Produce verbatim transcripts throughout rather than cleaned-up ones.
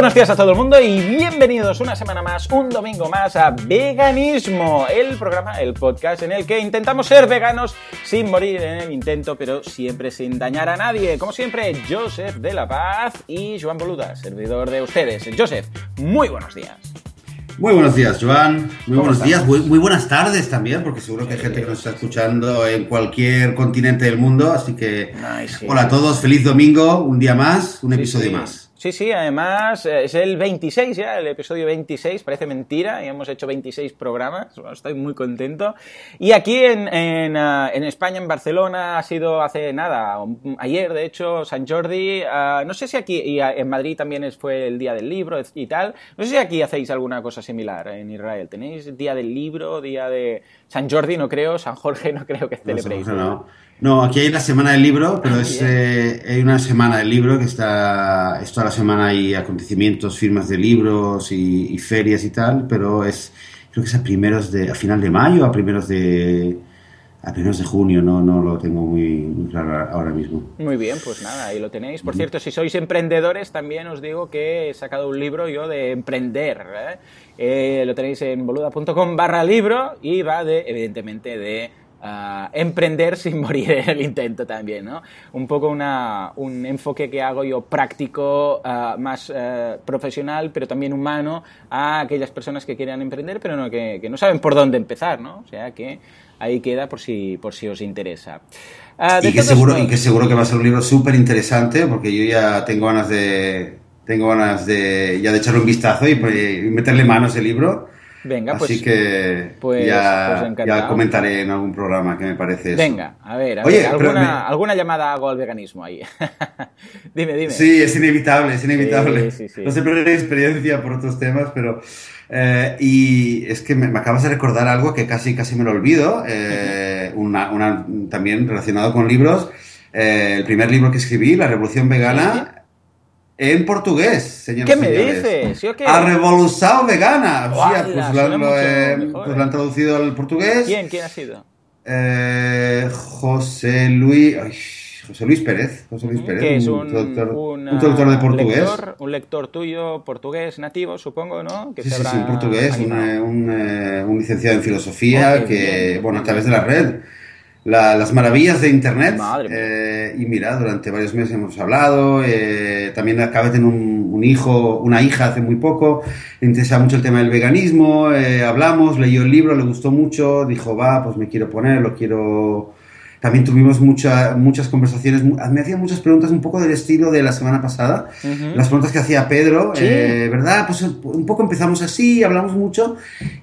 buenos días a todo el mundo y bienvenidos una semana más, un domingo más a Veganismo, el programa, el podcast en el que intentamos ser veganos sin morir en el intento, pero siempre sin dañar a nadie. Como siempre, Joseph de la Paz y Joan Boluda, servidor de ustedes. Joseph, muy buenos días. Muy buenos días, Joan. Muy buenos días, muy, muy buenas tardes también, porque seguro que hay gente que nos está escuchando en cualquier continente del mundo, así que Ay, sí. Hola a todos, feliz domingo, un día más, un episodio sí, sí. más. Sí, sí, además es el veintiséis ya, el episodio veintiséis, parece mentira, y hemos hecho veintiséis programas, bueno, estoy muy contento. Y aquí en, en, uh, en España, en Barcelona, ha sido hace nada, ayer de hecho, Sant Jordi, uh, no sé si aquí, y en Madrid también fue el Día del Libro y tal, no sé si aquí hacéis alguna cosa similar en Israel, ¿tenéis Día del Libro, Día de Sant Jordi, no creo, San Jorge no creo que celebréis? No, no. No, aquí hay la Semana del Libro, pero es eh, hay una Semana del Libro que está, es toda la semana, hay acontecimientos, firmas de libros y, y ferias y tal, pero es, creo que es a primeros de, a final de mayo, a primeros de, a primeros de junio, no, no lo tengo muy, muy claro ahora mismo. Muy bien, pues nada, ahí lo tenéis. Por cierto, si sois emprendedores, también os digo que he sacado un libro yo de emprender, ¿eh? Eh, lo tenéis en boluda.com barra libro y va de, evidentemente, de Uh, emprender sin morir en el intento también, ¿no? Un poco una, un enfoque que hago yo práctico, uh, más uh, profesional, pero también humano, a aquellas personas que quieran emprender, pero no, que, que no saben por dónde empezar, ¿no? O sea que ahí queda por si, por si os interesa. Uh, y, que seguro, y que seguro que va a ser un libro súper interesante, porque yo ya tengo ganas de tengo ganas de, ya de echarle un vistazo y, y meterle mano a ese libro. Venga, pues, Así que pues, ya, pues ya comentaré en algún programa que me parece eso. Venga, a ver, a Oye, ver alguna, me... alguna llamada hago al veganismo ahí. Dime, dime. Sí, es inevitable, es inevitable. Sí, sí, sí. No sé, pero hay experiencia por otros temas, pero... Eh, y es que me, me acabas de recordar algo que casi casi me lo olvido, eh, una, una, también relacionado con libros. Eh, el primer libro que escribí, La Revolución Vegana... ¿Sí? En portugués, señores. ¿Qué me señores. dices? ¿Sí o qué? A Revolución Vegana. Uala, sí, pues, lo, lo, eh, mejor, pues lo han traducido al portugués. ¿Quién? ¿Quién ha sido? Eh, José Luis... Ay, José Luis Pérez. José Luis Pérez. Que es un, un, traductor, un, un traductor de portugués. Lector, un lector tuyo portugués nativo, supongo, ¿no? Que sí, se sí, habrá sí, un portugués, un, un, un licenciado en filosofía, oh, que, bien, bueno, a través de la red... La, las maravillas de Internet. Eh, y mira, durante varios meses hemos hablado. Eh, también acabé de tener un, un hijo, una hija hace muy poco. Le interesa mucho el tema del veganismo. Eh, hablamos, leyó el libro, le gustó mucho. Dijo, va, pues me quiero poner, lo quiero... También tuvimos mucha, muchas conversaciones, me hacían muchas preguntas un poco del estilo de la semana pasada, uh-huh. Las preguntas que hacía Pedro, ¿sí? eh, ¿verdad? Pues un poco empezamos así, hablamos mucho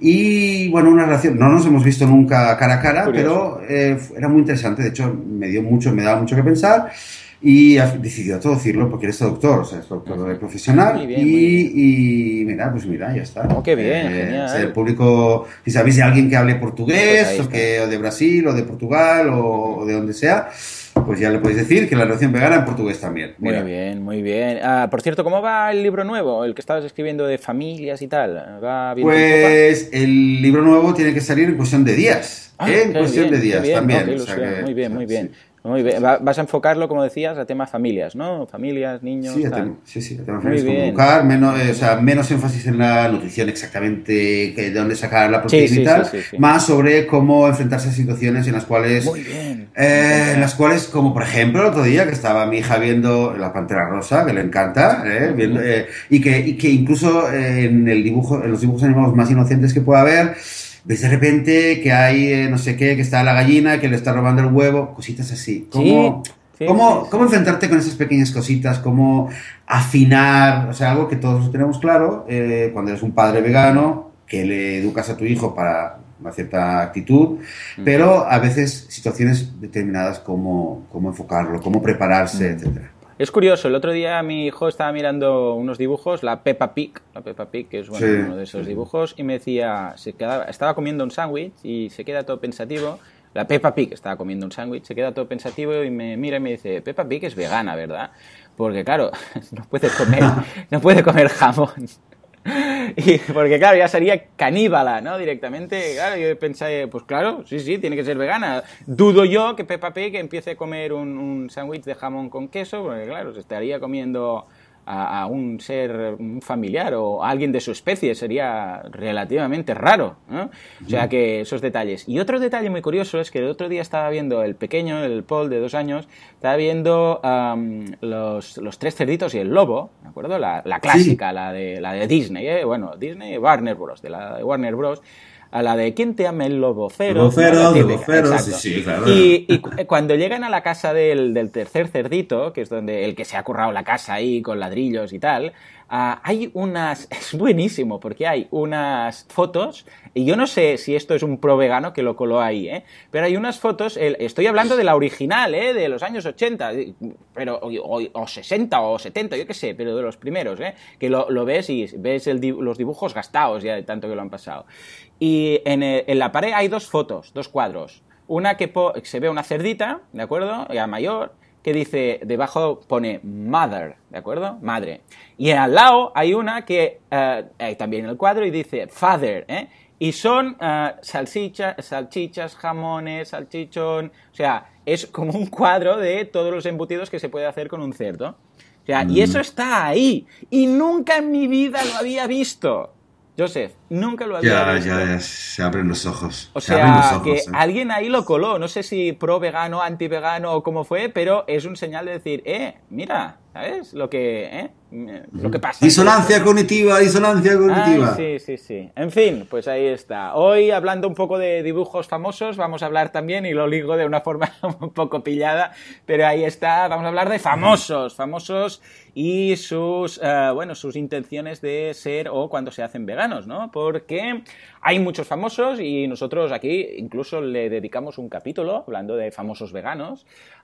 y bueno, una relación, no nos hemos visto nunca cara a cara, Curioso. pero eh, era muy interesante, de hecho me dio mucho, me daba mucho que pensar y decidió traducirlo porque eres traductor, o sea, es doctor uh-huh. profesional muy bien, y, muy bien. y mira, pues mira, ya está. Oh, qué bien, eh, genial. O sea, el público, si sabéis de alguien que hable portugués pues o, que, o de Brasil o de Portugal o, o de donde sea, pues ya le podéis decir que la revolución vegana en portugués también. Mira. Muy bien, muy bien. Ah, por cierto, ¿cómo va el libro nuevo? El que estabas escribiendo de familias y tal. ¿Va bien? Pues el libro nuevo tiene que salir en cuestión de días. Ah, ¿eh? En cuestión bien, de días bien. también. Oh, o sea que, muy bien, muy bien. Sí. Muy bien. Vas a enfocarlo, como decías, a temas familias, ¿no? Familias, niños... Sí, a tal. tema, sí, sí, a temas familias como educar, menos, eh, o sea, menos énfasis en la nutrición exactamente, que de dónde sacar la proteína sí, sí, y tal, sí, sí, sí. Más sobre cómo enfrentarse a situaciones en las cuales... Muy bien. Eh, en las cuales, como por ejemplo, el otro día que estaba mi hija viendo La Pantera Rosa, que le encanta, eh, viendo, eh, y, que, y que incluso eh, en, el dibujo, en los dibujos animados más inocentes que pueda haber... ves de repente que hay eh, no sé qué, que está la gallina, que le está robando el huevo, cositas así. ¿Cómo, sí, sí, cómo, sí, cómo enfrentarte con esas pequeñas cositas? ¿Cómo afinar? O sea, algo que todos tenemos claro eh, cuando eres un padre vegano, que le educas a tu hijo para una cierta actitud, uh-huh. pero a veces situaciones determinadas, cómo, cómo enfocarlo, cómo prepararse, uh-huh. etcétera. Es curioso, el otro día mi hijo estaba mirando unos dibujos, la Peppa Pig, la Peppa Pig, que es bueno, sí, uno de esos sí. dibujos, y me decía, se quedaba, estaba comiendo un sándwich y se queda todo pensativo, la Peppa Pig estaba comiendo un sándwich, se queda todo pensativo y me mira y me dice, Peppa Pig es vegana, ¿verdad? Porque claro, no puede comer, no puede comer jamón. Y porque claro, ya sería caníbala, ¿no? Directamente, claro, yo pensé, pues claro, sí, sí, tiene que ser vegana. Dudo yo que Peppa Pig empiece a comer un, un sándwich de jamón con queso, porque claro, se estaría comiendo a, a un ser un familiar o a alguien de su especie, sería relativamente raro, ¿no? O sea que esos detalles. Y otro detalle muy curioso es que el otro día estaba viendo el pequeño, el Paul de dos años, estaba viendo um, los, los tres cerditos y el lobo, ¿de acuerdo? La, la clásica, sí. la, de, la de Disney, ¿eh? Bueno, Disney, Warner Bros., de la de Warner Bros., a la de ¿quién te ama el lobo cero? Lobo cero, lobo cero, sí, sí, claro. Y, y cuando llegan a la casa del, del tercer cerdito, que es donde el que se ha currado la casa ahí con ladrillos y tal, uh, hay unas... Es buenísimo, porque hay unas fotos, y yo no sé si esto es un pro vegano que lo coló ahí, ¿eh? Pero hay unas fotos, el, estoy hablando de la original, ¿eh? De los años ochenta, pero, o, o sesenta o setenta, yo qué sé, pero de los primeros, ¿eh? Que lo, lo ves y ves el, los dibujos gastados ya de tanto que lo han pasado. Y en, el, en la pared hay dos fotos, dos cuadros. Una que po- se ve una cerdita, ¿de acuerdo? Ya mayor, que dice, debajo pone mother, ¿de acuerdo? Madre. Y al lado hay una que, uh, hay también en el cuadro, y dice father, ¿eh? Y son uh, salchicha, salchichas, jamones, salchichón... O sea, es como un cuadro de todos los embutidos que se puede hacer con un cerdo. O sea, mm. y eso está ahí. Y nunca en mi vida lo había visto. Joseph, nunca lo había ya, visto. Ya, ya, se abren los ojos. O se sea, los ojos, que ¿eh? alguien ahí lo coló. No sé si pro vegano, anti vegano o cómo fue, pero es un señal de decir, eh, mira, ¿sabes? Lo que, eh, lo que pasa. Disonancia cognitiva, disonancia cognitiva. Ay, sí, sí, sí. En fin, pues ahí está. Hoy, hablando un poco de dibujos famosos, vamos a hablar también, y lo ligo de una forma un poco pillada, pero ahí está, vamos a hablar de famosos, famosos y sus, uh, bueno, sus intenciones de ser o cuando se hacen veganos, ¿no? Porque hay muchos famosos y nosotros aquí incluso le dedicamos un capítulo hablando de famosos veganos.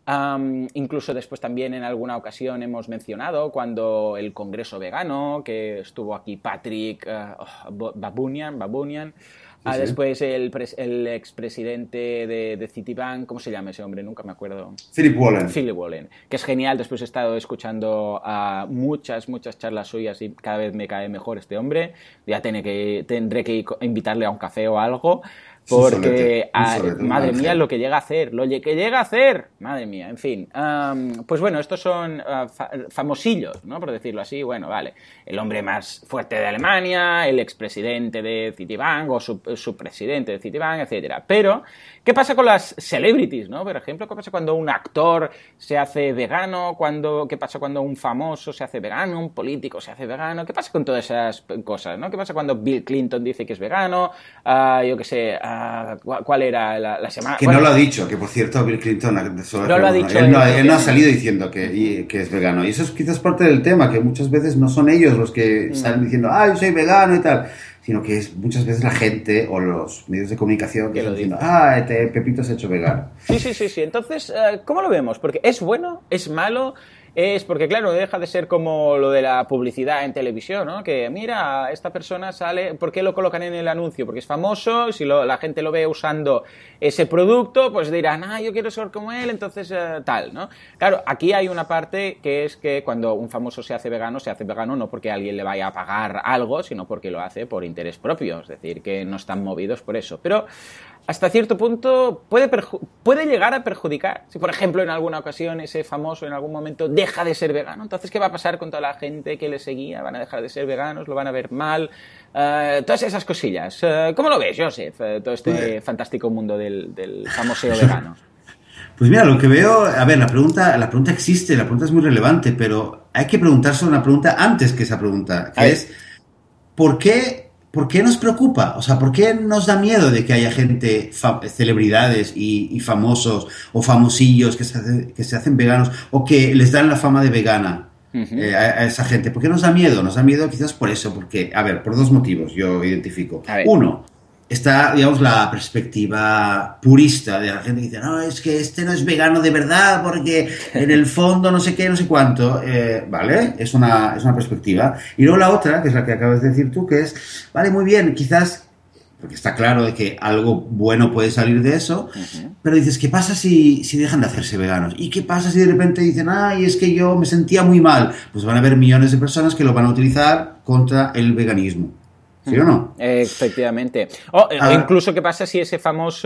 Um, incluso después también en alguna ocasión hemos mencionado cuando el Congreso Vegano, que estuvo aquí Patrick uh, oh, Babunian, Babunian. Sí, sí. Después el, pres- el expresidente de, de Citibank, ¿cómo se llama ese hombre? Nunca me acuerdo. Philip Wallen. Philip Wallen, que es genial. Después he estado escuchando uh, muchas, muchas charlas suyas y cada vez me cae mejor este hombre. Ya tiene que, tendré que invitarle a un café o algo. Porque, a, madre mía, lo que llega a hacer, lo que llega a hacer, madre mía, en fin. Um, pues bueno, estos son uh, fa- famosillos, ¿no? Por decirlo así, bueno, vale. El hombre más fuerte de Alemania, el expresidente de Citibank o su, su presidente de Citibank, etcétera. Pero, ¿qué pasa con las celebrities, no? Por ejemplo, ¿qué pasa cuando un actor se hace vegano? Cuando, ¿qué pasa cuando un famoso se hace vegano? ¿Un político se hace vegano? ¿Qué pasa con todas esas cosas, no? ¿Qué pasa cuando Bill Clinton dice que es vegano? Uh, yo qué sé... Uh, ¿Cuál era la, la semana? Que bueno, no lo ha dicho, que por cierto Bill Clinton no lo ha dicho él, no, él, él no ha salido diciendo que, y, que es vegano. Y eso es quizás parte del tema, que muchas veces no son ellos los que están diciendo, ah, yo soy vegano y tal, sino que es muchas veces la gente o los medios de comunicación que, que están diciendo, ah, este Pepito se ha hecho vegano. Sí, sí, sí, sí. Entonces, ¿cómo lo vemos? Porque es bueno, es malo... Es porque, claro, deja de ser como lo de la publicidad en televisión, ¿no? Que, mira, esta persona sale... ¿Por qué lo colocan en el anuncio? Porque es famoso, si lo, la gente lo ve usando ese producto, pues dirán, ah, yo quiero ser como él, entonces eh, tal, ¿no? Claro, aquí hay una parte que es que cuando un famoso se hace vegano, se hace vegano no porque alguien le vaya a pagar algo, sino porque lo hace por interés propio, es decir, que no están movidos por eso. Pero... hasta cierto punto puede, perju- puede llegar a perjudicar. Si, por ejemplo, en alguna ocasión ese famoso en algún momento deja de ser vegano, entonces, ¿qué va a pasar con toda la gente que le seguía? ¿Van a dejar de ser veganos? ¿Lo van a ver mal? Uh, todas esas cosillas. Uh, ¿Cómo lo ves, Joseph? Uh, todo este pues... fantástico mundo del, del famoseo vegano. Pues mira, lo que veo... A ver, la pregunta, la pregunta existe, la pregunta es muy relevante, pero hay que preguntarse una pregunta antes que esa pregunta, que es ¿por qué... ¿Por qué nos preocupa? O sea, ¿por qué nos da miedo de que haya gente, fa- celebridades y, y famosos o famosillos que se, hace, que se hacen veganos o que les dan la fama de vegana uh-huh. eh, a, a esa gente? ¿Por qué nos da miedo? Nos da miedo quizás por eso, porque, a ver, por dos motivos yo identifico. Uno, está, digamos, la perspectiva purista de la gente que dice, no, es que este no es vegano de verdad porque en el fondo no sé qué, no sé cuánto. Eh, vale, es una, es una perspectiva. Y luego la otra, que es la que acabas de decir tú, que es, vale, muy bien, quizás, porque está claro de que algo bueno puede salir de eso, uh-huh. pero dices, ¿qué pasa si, si dejan de hacerse veganos? ¿Y qué pasa si de repente dicen, ay, es que yo me sentía muy mal? Pues van a haber millones de personas que lo van a utilizar contra el veganismo. ¿Sí o no? Efectivamente. O ah. incluso, ¿qué pasa si ese famoso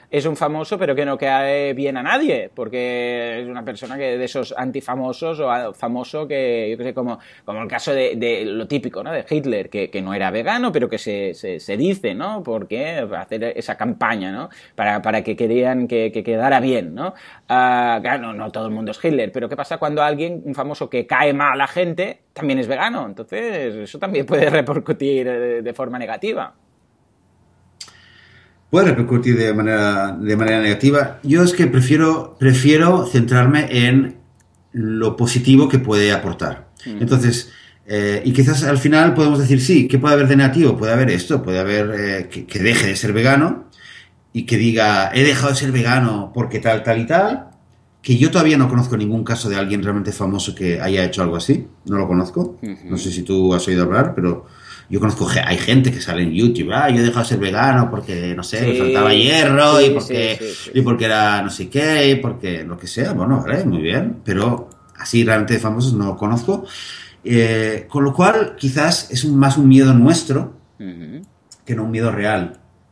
es un famoso pero que no cae bien a nadie, porque es una persona que de esos antifamosos o famoso que, yo qué sé, como, como el caso de, de lo típico, ¿no? De Hitler, que, que no era vegano, pero que se, se, se dice, ¿no? Porque hacer esa campaña, ¿no? Para, para que querían que, que quedara bien, ¿no? Uh, claro, no, no todo el mundo es Hitler, pero ¿qué pasa cuando alguien, un famoso que cae mal a la gente, también es vegano? Entonces, eso también puede repercutir de, de forma negativa. Puede repercutir de manera, de manera negativa. Yo es que prefiero, prefiero centrarme en lo positivo que puede aportar. Mm. Entonces, eh, y quizás al final podemos decir, sí, ¿qué puede haber de negativo? Puede haber esto, puede haber eh, que, que deje de ser vegano y que diga, he dejado de ser vegano porque tal, tal y tal, que yo todavía no conozco ningún caso de alguien realmente famoso que haya hecho algo así, no lo conozco, uh-huh. No sé si tú has oído hablar, pero yo conozco, hay gente que sale en YouTube, ah, yo he dejado de ser vegano porque, no sé, sí, me faltaba hierro, sí, y, porque, sí, sí, sí, y porque era no sé qué, y porque lo que sea, bueno, vale, muy bien, pero así realmente de famosos no lo conozco, eh, con lo cual quizás es un, más un miedo nuestro uh-huh. que no un miedo real.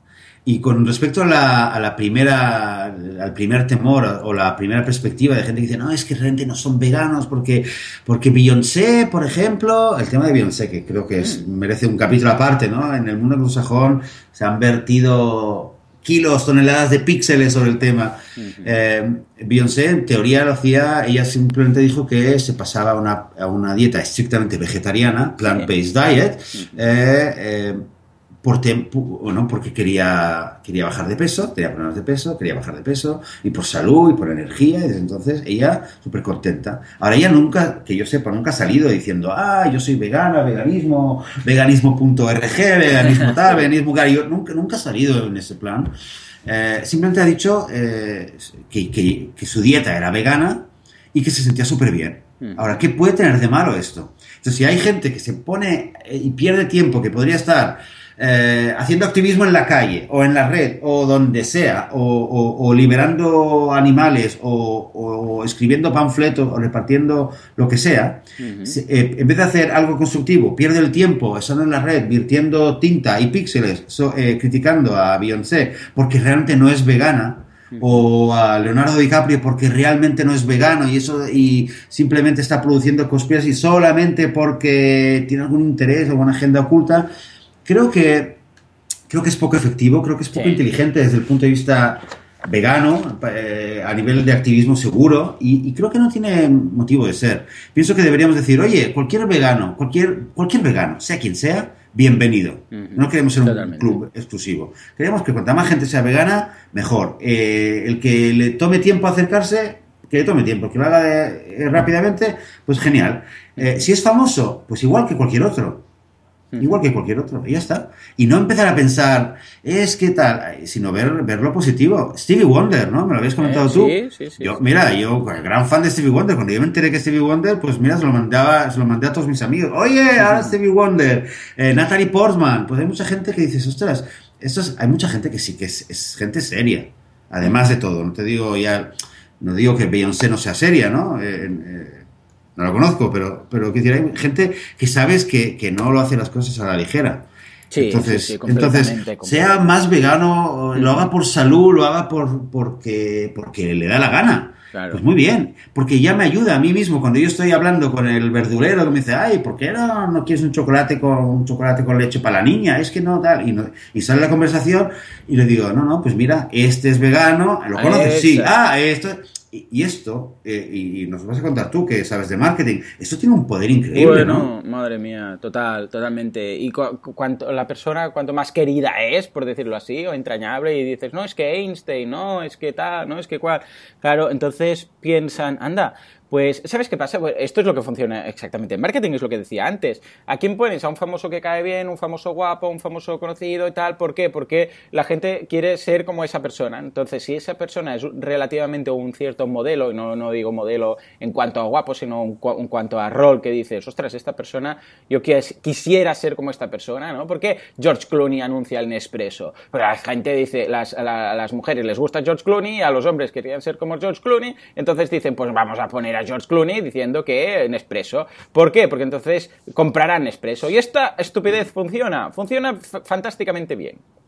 Y con respecto a la, a la primera, al primer temor o la primera perspectiva de gente que dice, no, es que realmente no son veganos porque, porque Beyoncé, por ejemplo, el tema de Beyoncé, que creo que es, merece un capítulo aparte, ¿no? En el mundo anglosajón se han vertido kilos, toneladas de píxeles sobre el tema. Uh-huh. Eh, Beyoncé, en teoría, lo hacía, ella simplemente dijo que se pasaba a una, a una dieta estrictamente vegetariana, plant-based diet, uh-huh. eh, eh, Por tiempo, bueno, porque quería, quería bajar de peso, tenía problemas de peso, quería bajar de peso, y por salud, y por energía, y desde entonces ella súper contenta. Ahora ella nunca, que yo sepa, nunca ha salido diciendo, ah, yo soy vegana, veganismo, veganismo punto org, veganismo tal, veganismo tal, yo nunca, nunca ha salido en ese plan. Eh, simplemente ha dicho eh, que, que, que su dieta era vegana y que se sentía súper bien. Ahora, ¿qué puede tener de malo esto? Entonces, si hay gente que se pone y pierde tiempo, que podría estar Eh, haciendo activismo en la calle o en la red o donde sea o, o, o liberando animales o, o escribiendo panfletos o repartiendo lo que sea, uh-huh. se, eh, en vez de hacer algo constructivo, pierde el tiempo estando en la red, virtiendo tinta y píxeles, so, eh, criticando a Beyoncé porque realmente no es vegana, uh-huh. o a Leonardo DiCaprio porque realmente no es vegano y eso y simplemente está produciendo conspiraciones solamente porque tiene algún interés o alguna agenda oculta. Creo que, creo que es poco efectivo, creo que es poco sí. inteligente desde el punto de vista vegano, eh, a nivel de activismo seguro, y, y creo que no tiene motivo de ser. Pienso que deberíamos decir, oye, cualquier vegano, cualquier, cualquier vegano, sea quien sea, bienvenido. Uh-huh. No queremos ser Totalmente. un club exclusivo. Queremos que cuanta más gente sea vegana, mejor. Eh, el que le tome tiempo a acercarse, que le tome tiempo, que lo haga de, eh, rápidamente, pues genial. Eh, si es famoso, pues igual que cualquier otro. Igual que cualquier otro, y ya está. Y no empezar a pensar, es que tal, sino ver, ver lo positivo. Stevie Wonder, ¿no? Me lo habías comentado eh, tú. Sí, sí, sí. Yo, mira, yo, gran fan de Stevie Wonder, cuando yo me enteré que Stevie Wonder, pues mira, se lo mandaba, se lo mandé a todos mis amigos. Oye, ahora Stevie Wonder, eh, Natalie Portman. Pues hay mucha gente que dices, ostras, esto es, hay mucha gente que sí que es, es gente seria. Además de todo, no te digo ya, no digo que Beyoncé no sea seria, ¿no? Eh, eh, No lo conozco, pero, pero que hay gente que sabes que, que no lo hace las cosas a la ligera. Sí, entonces, sí, sí, entonces completamente. sea más vegano, lo haga por salud, lo haga por porque, porque le da la gana. Claro. Pues muy bien, porque ya me ayuda a mí mismo cuando yo estoy hablando con el verdulero que me dice, ay, ¿por qué no, no quieres un chocolate con un chocolate con leche para la niña? Es que no, tal. Y, no, y sale la conversación y le digo, no, no, pues mira, este es vegano, ¿lo conoces? Esa. Sí, ah, esto... Y esto, eh, y nos vas a contar tú que sabes de marketing, esto tiene un poder increíble, bueno, ¿no? Madre mía, total, totalmente. Y cu- cuanto la persona, cuanto más querida es, por decirlo así, o entrañable, y dices, no, es que Einstein, no, es que tal, no, es que cual. Claro, entonces piensan, anda, pues, ¿sabes qué pasa? Pues esto es lo que funciona exactamente en marketing, es lo que decía antes. ¿A quién pones? A un famoso que cae bien, un famoso guapo, un famoso conocido y tal. ¿Por qué? Porque la gente quiere ser como esa persona. Entonces, si esa persona es relativamente un cierto modelo, y no, no digo modelo en cuanto a guapo, sino en, cu- en cuanto a rol, que dices, ostras, esta persona, yo quis- quisiera ser como esta persona, ¿no? ¿Por qué George Clooney anuncia el Nespresso? Pero la gente dice, las, a, la, a las mujeres les gusta George Clooney, a los hombres querían ser como George Clooney, entonces dicen, pues vamos a poner a George Clooney diciendo que Nespresso. ¿Por qué? Porque entonces comprarán Nespresso. Y esta estupidez funciona, funciona f- fantásticamente bien.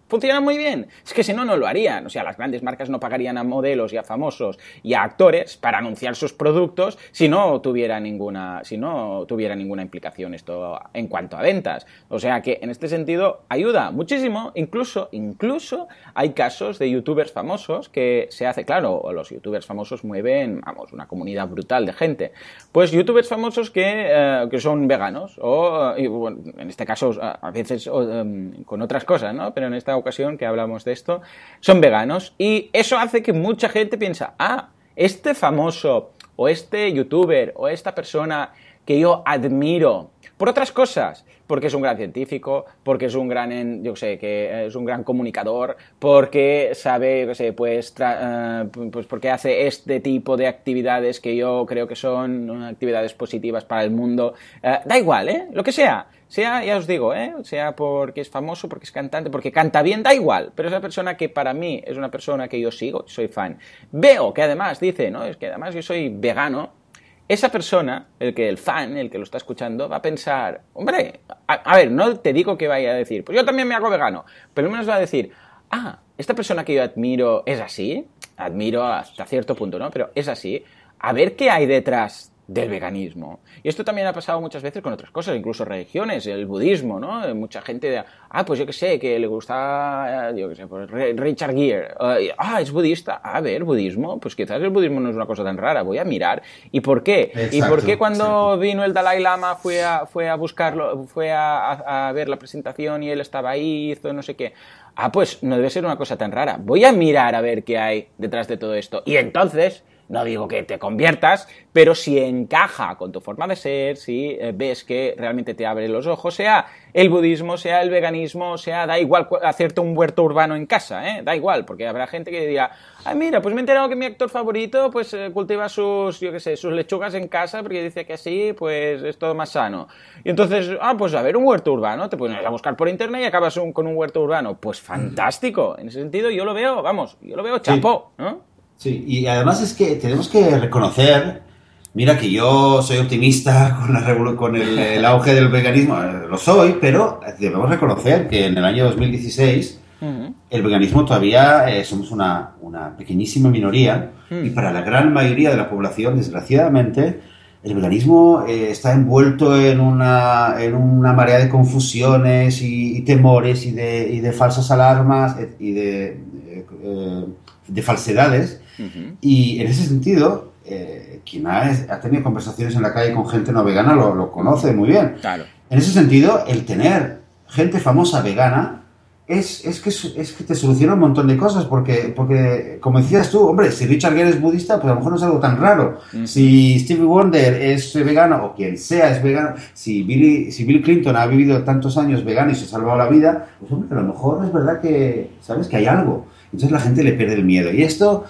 Funciona muy bien. Es que si no, no lo harían. O sea, las grandes marcas no pagarían a modelos y a famosos y a actores para anunciar sus productos si no tuviera ninguna, si no tuviera ninguna implicación esto en cuanto a ventas. O sea que en este sentido ayuda muchísimo. Incluso, incluso hay casos de youtubers famosos que se hace, claro, los youtubers famosos mueven, vamos, una comunidad brutal de gente. Pues youtubers famosos que, eh, que son veganos o, y, bueno, en este caso, a veces o, um, con otras cosas, ¿no? Pero en esta ocasión que hablamos de esto, son veganos y eso hace que mucha gente piensa, ah, este famoso o este youtuber o esta persona que yo admiro por otras cosas, porque es un gran científico, porque es un gran, yo sé, que es un gran comunicador, porque sabe, yo sé, pues, tra, uh, pues porque hace este tipo de actividades que yo creo que son actividades positivas para el mundo. Uh, da igual, ¿eh? Lo que sea. Sea, ya os digo, ¿eh? Sea porque es famoso, porque es cantante, porque canta bien, da igual. Pero es una persona que para mí es una persona que yo sigo, soy fan. Veo que además dice, ¿no? Es que además yo soy vegano. Esa persona, el que el fan, el que lo está escuchando, va a pensar, hombre, a, a ver, no te digo que vaya a decir, pues yo también me hago vegano, pero al menos va a decir, ah, esta persona que yo admiro es así, admiro hasta cierto punto, ¿no? Pero es así, a ver qué hay detrás del veganismo. Y esto también ha pasado muchas veces con otras cosas, incluso religiones, el budismo, ¿no? Mucha gente de, ah, pues yo que sé, que le gusta, yo que sé, pues Richard Gere, uh, ah, es budista, a ver, budismo, pues quizás el budismo no es una cosa tan rara, voy a mirar. ¿Y por qué? Exacto, ¿Y por qué cuando exacto. vino el Dalai Lama fue a, fue a buscarlo, fue a, a, a ver la presentación y él estaba ahí, hizo no sé qué? Ah, pues no debe ser una cosa tan rara, voy a mirar a ver qué hay detrás de todo esto. Y entonces, no digo que te conviertas, pero si encaja con tu forma de ser, si eh, ves que realmente te abre los ojos, sea el budismo, sea el veganismo, sea, da igual hacerte un huerto urbano en casa, ¿eh? Da igual, porque habrá gente que dirá, ay, mira, pues me he enterado que mi actor favorito pues eh, cultiva sus, yo qué sé, sus lechugas en casa porque dice que así, pues es todo más sano. Y entonces, ah, pues a ver, un huerto urbano, te pones a buscar por internet y acabas un, con un huerto urbano. Pues fantástico, en ese sentido yo lo veo, vamos, yo lo veo chapó, ¿no? Sí, y además es que tenemos que reconocer, mira que yo soy optimista con, la, con el, el auge del veganismo, lo soy, pero debemos reconocer que en el año dos mil dieciséis uh-huh. el veganismo todavía eh, somos una, una pequeñísima minoría uh-huh. y para la gran mayoría de la población, desgraciadamente, el veganismo eh, está envuelto en una, en una marea de confusiones y, y temores y de, y de falsas alarmas y de, eh, de falsedades. Uh-huh. Y en ese sentido, eh, quien ha, ha tenido conversaciones en la calle con gente no vegana lo, lo conoce muy bien. Claro. En ese sentido, el tener gente famosa vegana es, es, que, es que te soluciona un montón de cosas, porque, porque como decías tú, hombre, si Richard Gere es budista, pues a lo mejor no es algo tan raro. Uh-huh. Si Stevie Wonder es vegano, o quien sea es vegano, si, Billy, si Bill Clinton ha vivido tantos años vegano y se ha salvado la vida, pues hombre, a lo mejor es verdad que, ¿sabes?, que hay algo. Entonces la gente le pierde el miedo. Y esto,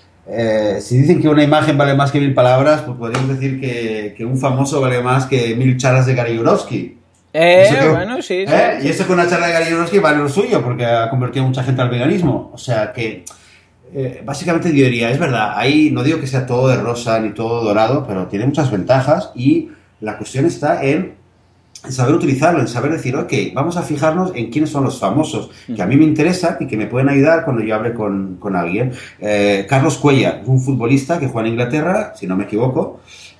eh, si dicen que una imagen vale más que mil palabras, pues podríamos decir que, que un famoso vale más que mil charlas de Gary Yourofsky. Eh, que, bueno, sí, ¿eh? sí. Y eso que una charla de Gary Yourofsky vale lo suyo, porque ha convertido a mucha gente al veganismo. O sea que, eh, básicamente yo diría, es verdad, ahí no digo que sea todo de rosa ni todo dorado, pero tiene muchas ventajas y la cuestión está en en saber utilizarlo, en saber decir, ok, vamos a fijarnos en quiénes son los famosos, que a mí me interesa y que me pueden ayudar cuando yo hable con, con alguien. Eh, Carlos Cuellar, un futbolista que juega en Inglaterra, si no me equivoco,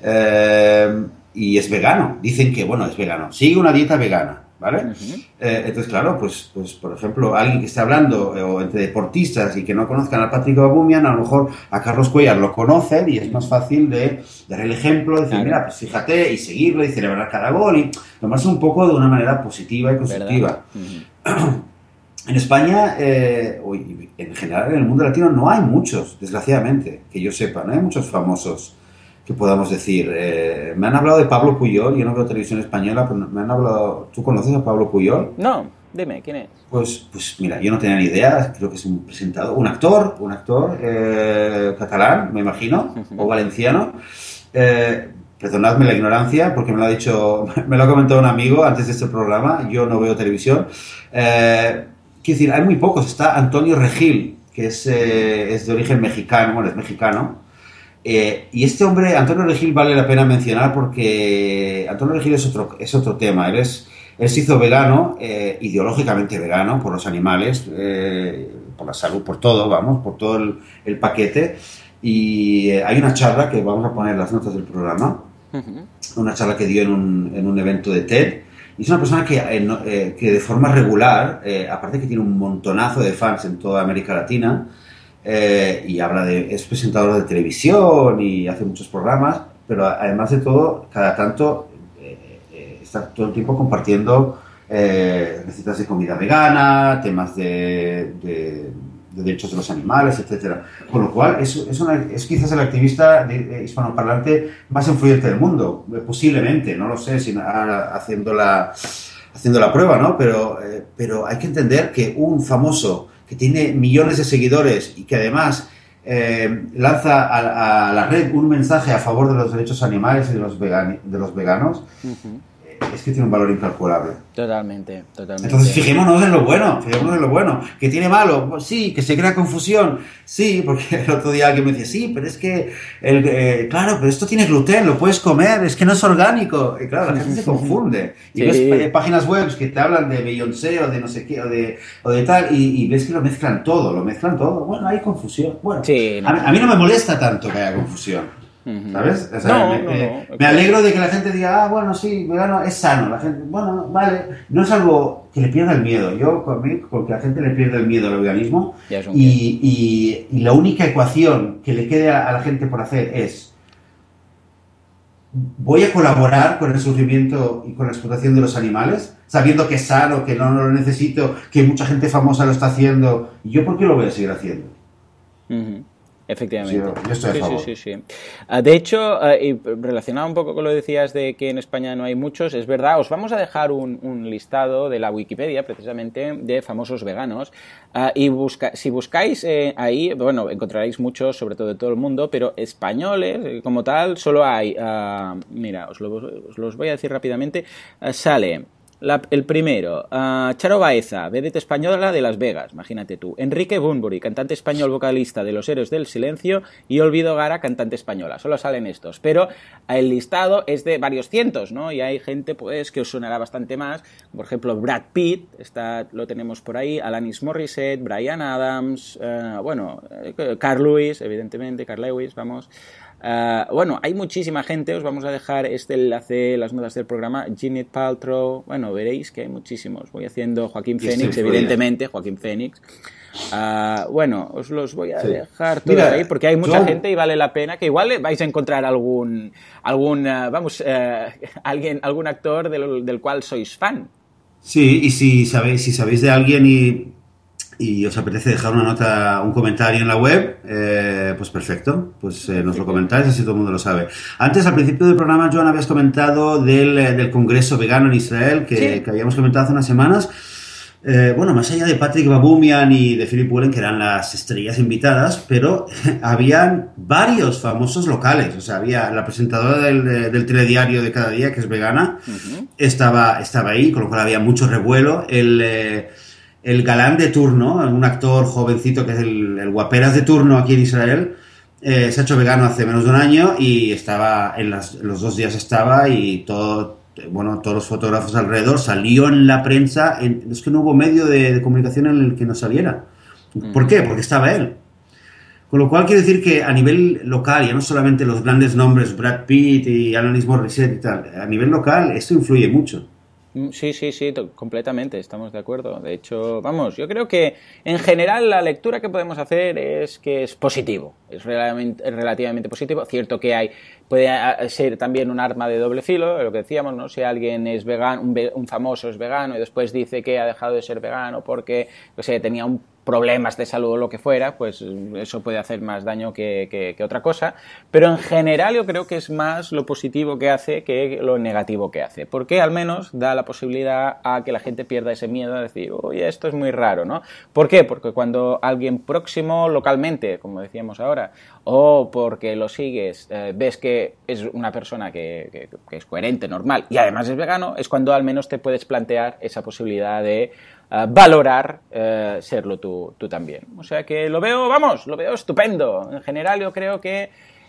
eh, y es vegano. Dicen que, bueno, es vegano. Sigue una dieta vegana, ¿vale? Uh-huh. Eh, entonces, claro, pues, pues, por ejemplo, alguien que esté hablando, eh, o entre deportistas y que no conozcan a Patrick Baboumian, a lo mejor a Carlos Cuellar lo conocen y es más fácil de dar el ejemplo, decir, claro, mira, pues fíjate, y seguirlo, y celebrar cada gol, y tomarse un poco de una manera positiva y constructiva. Uh-huh. En España, eh, en general en el mundo latino, no hay muchos, desgraciadamente, que yo sepa, no hay muchos famosos que podamos decir. Eh, me han hablado de Pablo Pujol, yo no veo televisión española, pero me han hablado... ¿Tú conoces a Pablo Pujol? No, dime, ¿quién es? Pues, pues mira, yo no tenía ni idea, creo que es un presentador, un actor, un actor eh, catalán, me imagino, uh-huh. o valenciano. Eh, perdonadme la ignorancia, porque me lo ha dicho, me lo ha comentado un amigo antes de este programa, yo no veo televisión. Eh, quiero decir, hay muy pocos, está Antonio Regil, que es, eh, es de origen mexicano, bueno, es mexicano. Eh, y este hombre, Antonio Regil, vale la pena mencionar porque Antonio Regil es otro, es otro tema. Él es, Él se hizo vegano, eh, ideológicamente vegano, por los animales, eh, por la salud, por todo, vamos, por todo el, el paquete. Y eh, hay una charla que vamos a poner en las notas del programa, uh-huh. una charla que dio en un, en un evento de TED. Y es una persona que, eh, que de forma regular, eh, aparte que tiene un montonazo de fans en toda América Latina, eh, y habla de, es presentador de televisión y hace muchos programas, pero además de todo, cada tanto eh, eh, está todo el tiempo compartiendo eh, recetas de comida vegana, temas de, de, de derechos de los animales, etcétera. Con lo cual, es, es, una, es quizás el activista de, de hispanoparlante más influyente del mundo, posiblemente, no lo sé, si, haciendo, la, haciendo la prueba, ¿no? Pero, eh, pero hay que entender que un famoso que tiene millones de seguidores y que además eh, lanza a, a la red un mensaje a favor de los derechos animales y de los, vegan, de los veganos, uh-huh. es que tiene un valor incalculable. Totalmente, totalmente. Entonces fijémonos en lo bueno, fijémonos en lo bueno. ¿Que tiene malo? Pues sí. ¿Que se crea confusión? Sí, porque el otro día alguien me decía, sí, pero es que, el, eh, claro, pero esto tiene gluten, lo puedes comer, es que no es orgánico. Y claro, la gente se confunde. Y sí. ves eh, páginas web que te hablan de Beyoncé o de no sé qué, o de, o de tal, y, y ves que lo mezclan todo, lo mezclan todo. Bueno, hay confusión. Bueno, sí, no. a, a mí no me molesta tanto que haya confusión. ¿Sabes? O sea, no, me, no, me, no, me alegro de que la gente diga, ah, bueno, sí, vegano es sano. La gente, bueno, vale. No es algo que le pierda el miedo. Yo, con mí, con que la gente le pierda el miedo al veganismo. Y, y, y la única ecuación que le quede a, a la gente por hacer es: voy a colaborar con el sufrimiento y con la explotación de los animales, sabiendo que es sano, que no, no lo necesito, que mucha gente famosa lo está haciendo. ¿Y yo por qué lo voy a seguir haciendo? Uh-huh. Efectivamente. Sí, yo estoy a favor. Sí, sí, sí, sí. Uh, de hecho, uh, y relacionado un poco con lo que decías de que en España no hay muchos, es verdad, os vamos a dejar un, un listado de la Wikipedia, precisamente, de famosos veganos, uh, y busca, si buscáis eh, ahí, bueno, encontraréis muchos, sobre todo de todo el mundo, pero españoles, eh, como tal, solo hay, uh, mira, os, lo, os los voy a decir rápidamente, uh, sale... La, el primero, uh, Charo Baeza, vedette española de Las Vegas, imagínate tú. Enrique Bunbury, cantante español vocalista de Los Héroes del Silencio, y Olvido Gara, cantante española. Solo salen estos, pero el listado es de varios cientos, ¿no? Y hay gente, pues, que os sonará bastante más. Por ejemplo, Brad Pitt, está, lo tenemos por ahí, Alanis Morissette, Bryan Adams, uh, bueno, Carl Lewis, evidentemente, Carl Lewis, vamos... Uh, bueno, hay muchísima gente, os vamos a dejar este enlace, las notas del programa, Gwyneth Paltrow, bueno, veréis que hay muchísimos, voy haciendo Joaquín Phoenix, evidentemente, Joaquín Phoenix, uh, bueno, os los voy a sí. dejar todos Mira, ahí, porque hay mucha yo... gente y vale la pena, que igual vais a encontrar algún, algún uh, vamos, uh, alguien, algún actor del, del cual sois fan. Sí, y si sabéis, si sabéis de alguien y... y os apetece dejar una nota, un comentario en la web, eh, pues perfecto, pues eh, nos lo comentáis, así todo el mundo lo sabe. Antes, al principio del programa, Joan, habías comentado del, del Congreso Vegano en Israel, que, sí. que habíamos comentado hace unas semanas. Eh, bueno, más allá de Patrick Baboumian y de Philip Whelan, que eran las estrellas invitadas, pero habían varios famosos locales. O sea, había la presentadora del, del telediario de cada día, que es vegana, uh-huh. estaba, estaba ahí, con lo cual había mucho revuelo. El... Eh, El galán de turno, un actor jovencito que es el, el guaperas de turno aquí en Israel, eh, se ha hecho vegano hace menos de un año y estaba en, las, en los dos días estaba y todo, bueno, todos los fotógrafos alrededor, salió en la prensa, en, es que no hubo medio de, de comunicación en el que no saliera. ¿Por qué? Porque estaba él. Con lo cual quiero decir que a nivel local, ya no solamente los grandes nombres, Brad Pitt y Alanis Morissette y tal, a nivel local esto influye mucho. Sí, sí, sí, completamente, estamos de acuerdo. De hecho, vamos, yo creo que en general la lectura que podemos hacer es que es positivo, es relativamente, es relativamente positivo. Cierto que hay puede ser también un arma de doble filo, lo que decíamos, ¿no? Si alguien es vegano, un, ve, un famoso es vegano y después dice que ha dejado de ser vegano porque, no sé, tenía un problemas de salud o lo que fuera, pues eso puede hacer más daño que, que, que otra cosa, pero en general yo creo que es más lo positivo que hace que lo negativo que hace, porque al menos da la posibilidad a que la gente pierda ese miedo a decir, oye, esto es muy raro, ¿no? ¿Por qué? Porque cuando alguien próximo localmente, como decíamos ahora, o porque lo sigues, eh, ves que es una persona que, que, que es coherente, normal, y además es vegano, es cuando al menos te puedes plantear esa posibilidad de Uh, valorar uh, serlo tú, tú también. O sea que lo veo, vamos, lo veo estupendo. En general yo creo que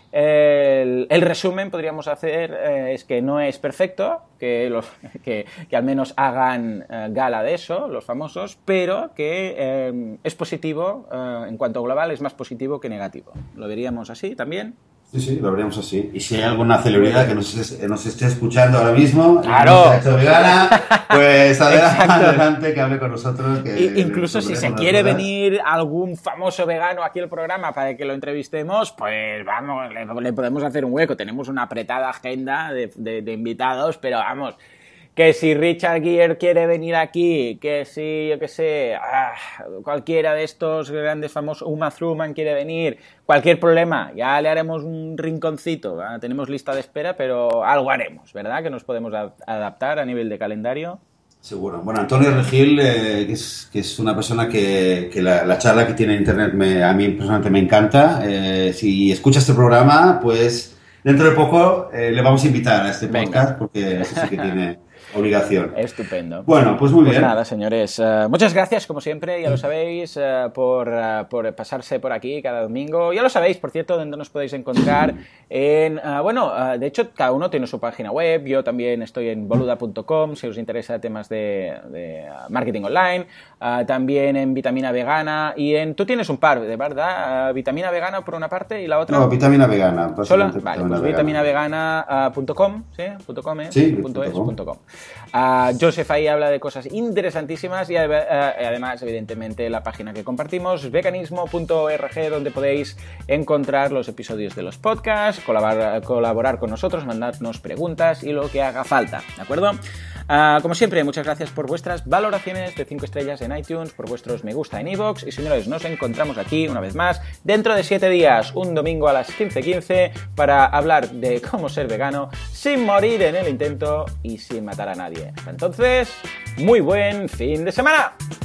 el, el resumen, podríamos hacer, eh, es que no es perfecto, que, los, que, que al menos hagan eh, gala de eso, los famosos, pero que eh, es positivo, eh, en cuanto a global, es más positivo que negativo. ¿Lo veríamos así también? Sí, sí, lo veríamos así. Y si hay alguna celebridad que nos, nos esté escuchando ahora mismo, ¡claro! Y nos vegana, pues adelante, adelante, que hable con nosotros. Que y, incluso si se quiere dudas. venir algún famoso vegano aquí al programa para que lo entrevistemos, pues vamos, le, le podemos hacer un hueco. Tenemos una apretada agenda de, de, de invitados, pero vamos... Que si Richard Gere quiere venir aquí, que si, yo qué sé, ah, cualquiera de estos grandes famosos, Uma Thurman quiere venir, cualquier problema, ya le haremos un rinconcito, ¿verdad? Tenemos lista de espera, pero algo haremos, ¿verdad? Que nos podemos adaptar a nivel de calendario. Seguro. Bueno, Antonio Regil, eh, que, es, que es una persona que, que la, la charla que tiene en Internet me, a mí personalmente me encanta. Eh, si escucha este programa, pues dentro de poco eh, le vamos a invitar a este podcast. Venga. Porque eso sí que tiene... obligación. Estupendo. Bueno, pues muy pues bien. Pues nada, señores. Uh, muchas gracias, como siempre, ya lo sabéis, uh, por, uh, por pasarse por aquí cada domingo. Ya lo sabéis, por cierto, dónde nos podéis encontrar. En, uh, bueno, uh, de hecho, cada uno tiene su página web. Yo también estoy en boluda punto com, si os interesa temas de, de uh, marketing online. Uh, también en Vitamina Vegana. Y en tú tienes un par, ¿de verdad? Uh, Vitamina Vegana por una parte y la otra... No, Vitamina Vegana. ¿Sola? Vale, pues vitamina vegana punto com, ¿sí? .com, ¿eh? Sí, punto es, punto com. Uh, Joseph ahí habla de cosas interesantísimas y uh, además, evidentemente, la página que compartimos, veganismo punto org, donde podéis encontrar los episodios de los podcasts, colaborar, colaborar con nosotros, mandarnos preguntas y lo que haga falta, ¿de acuerdo? Uh, como siempre, muchas gracias por vuestras valoraciones de cinco estrellas en iTunes, por vuestros me gusta en iVoox y, señores, nos encontramos aquí una vez más dentro de siete días, un domingo a las quince quince, para hablar de cómo ser vegano sin morir en el intento y sin matar a nadie. Hasta entonces, muy buen fin de semana.